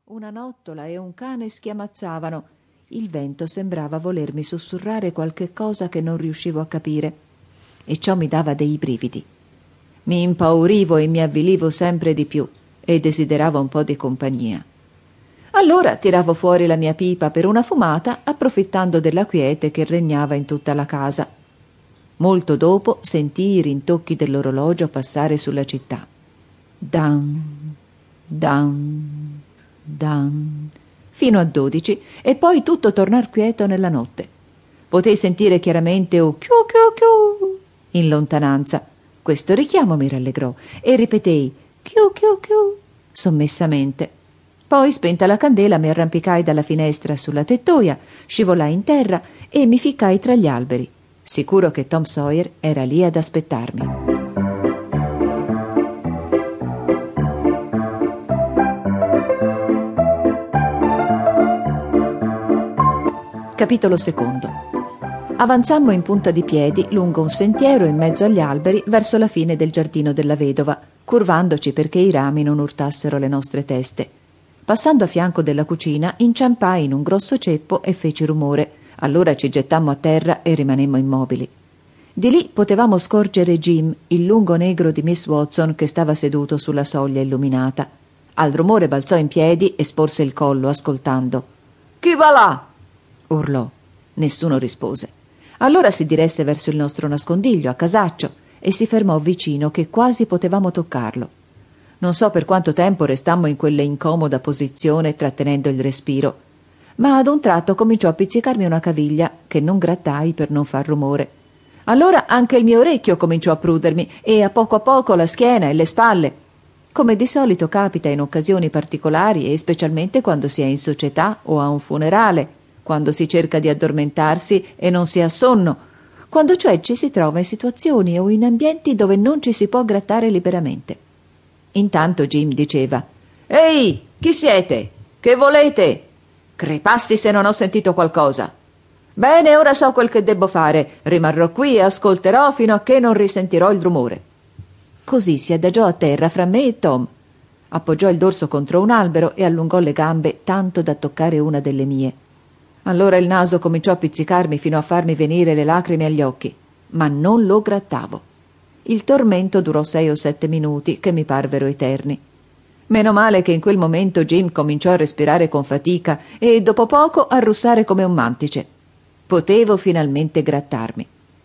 Una nottola e un cane schiamazzavano. Il vento sembrava volermi sussurrare qualche cosa che non riuscivo a capire, e ciò mi dava dei brividi. Mi impaurivo e mi avvilivo sempre di più e desideravo un po' di compagnia. Allora tiravo fuori la mia pipa per una fumata, approfittando della quiete che regnava in tutta la casa. Molto dopo sentii i rintocchi dell'orologio passare sulla città. Dan, dan, dan, fino a 12, e poi tutto tornar quieto nella notte. Potei sentire chiaramente un chiù chiù chiù in lontananza. Questo richiamo mi rallegrò e ripetei chiù chiù chiù sommessamente. Poi, spenta la candela, mi arrampicai dalla finestra sulla tettoia, scivolai in terra e mi ficcai tra gli alberi, sicuro che Tom Sawyer era lì ad aspettarmi. Capitolo secondo. Avanzammo in punta di piedi lungo un sentiero in mezzo agli alberi verso la fine del giardino della vedova, curvandoci perché i rami non urtassero le nostre teste. Passando a fianco della cucina, inciampai in un grosso ceppo e feci rumore. Allora ci gettammo a terra e rimanemmo immobili. Di lì potevamo scorgere Jim, il lungo negro di Miss Watson, che stava seduto sulla soglia illuminata. Al rumore balzò in piedi e sporse il collo, ascoltando. «Chi va là?» urlò. Nessuno rispose. Allora si diresse verso il nostro nascondiglio, a casaccio, e si fermò vicino che quasi potevamo toccarlo. Non so per quanto tempo restammo in quella incomoda posizione trattenendo il respiro, ma ad un tratto cominciò a pizzicarmi una caviglia che non grattai per non far rumore. Allora anche il mio orecchio cominciò a prudermi e a poco la schiena e le spalle, come di solito capita in occasioni particolari e specialmente quando si è in società o a un funerale, quando si cerca di addormentarsi e non si ha sonno, quando cioè ci si trova in situazioni o in ambienti dove non ci si può grattare liberamente. Intanto Jim diceva: «Ehi, chi siete? Che volete? Crepassi se non ho sentito qualcosa. Bene, ora so quel che debbo fare. Rimarrò qui e ascolterò fino a che non risentirò il rumore». Così si adagiò a terra fra me e Tom. Appoggiò il dorso contro un albero e allungò le gambe tanto da toccare una delle mie. Allora il naso cominciò a pizzicarmi fino a farmi venire le lacrime agli occhi, ma non lo grattavo. Il tormento durò 6 o 7 minuti, che mi parvero eterni. Meno male che in quel momento Jim cominciò a respirare con fatica e dopo poco a russare come un mantice. Potevo finalmente grattarmi.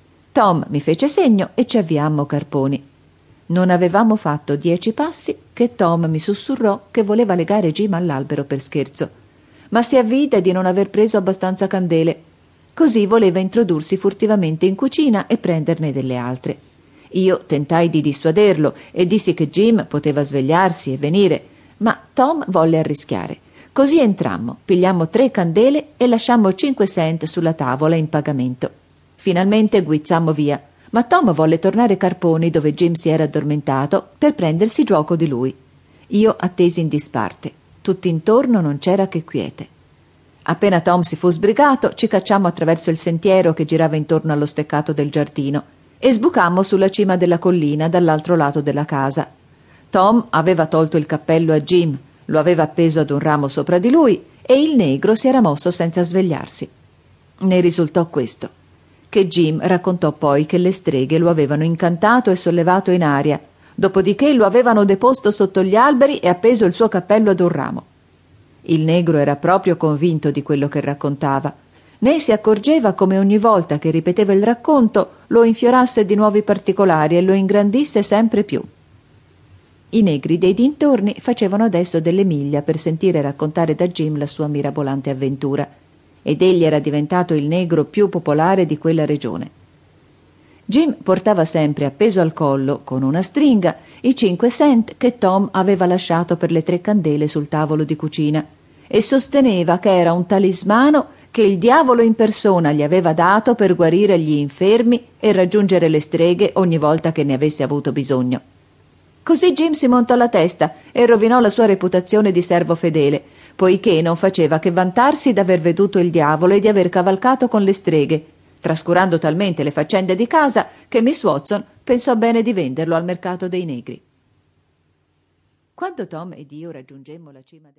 Tom mi fece segno e ci avviammo carponi. Non avevamo fatto 10 passi che Tom mi sussurrò che voleva legare Jim all'albero per scherzo, ma si avvide di non aver preso abbastanza candele. Così voleva introdursi furtivamente in cucina e prenderne delle altre. Io tentai di dissuaderlo e dissi che Jim poteva svegliarsi e venire, ma Tom volle arrischiare. Così entrammo, pigliammo 3 candele e lasciammo 5 cent sulla tavola in pagamento. Finalmente guizzammo via, ma Tom volle tornare carponi dove Jim si era addormentato per prendersi gioco di lui. Io attesi in disparte. Tutt'intorno non c'era che quiete. Appena Tom si fu sbrigato, ci cacciammo attraverso il sentiero che girava intorno allo steccato del giardino e sbucammo sulla cima della collina dall'altro lato della casa. Tom aveva tolto il cappello a Jim, lo aveva appeso ad un ramo sopra di lui e il negro si era mosso senza svegliarsi. Ne risultò questo, che Jim raccontò poi che le streghe lo avevano incantato e sollevato in aria, dopodiché lo avevano deposto sotto gli alberi e appeso il suo cappello ad un ramo. Il negro era proprio convinto di quello che raccontava, né si accorgeva come ogni volta che ripeteva il racconto lo infiorasse di nuovi particolari e lo ingrandisse sempre più. I negri dei dintorni facevano adesso delle miglia per sentire raccontare da Jim la sua mirabolante avventura, ed egli era diventato il negro più popolare di quella regione. Jim portava sempre appeso al collo, con una stringa, i 5 cent che Tom aveva lasciato per le 3 candele sul tavolo di cucina e sosteneva che era un talismano che il diavolo in persona gli aveva dato per guarire gli infermi e raggiungere le streghe ogni volta che ne avesse avuto bisogno. Così Jim si montò la testa e rovinò la sua reputazione di servo fedele, poiché non faceva che vantarsi d'aver veduto il diavolo e di aver cavalcato con le streghe, trascurando talmente le faccende di casa che Miss Watson pensò bene di venderlo al mercato dei negri. Quando Tom ed io raggiungemmo la cima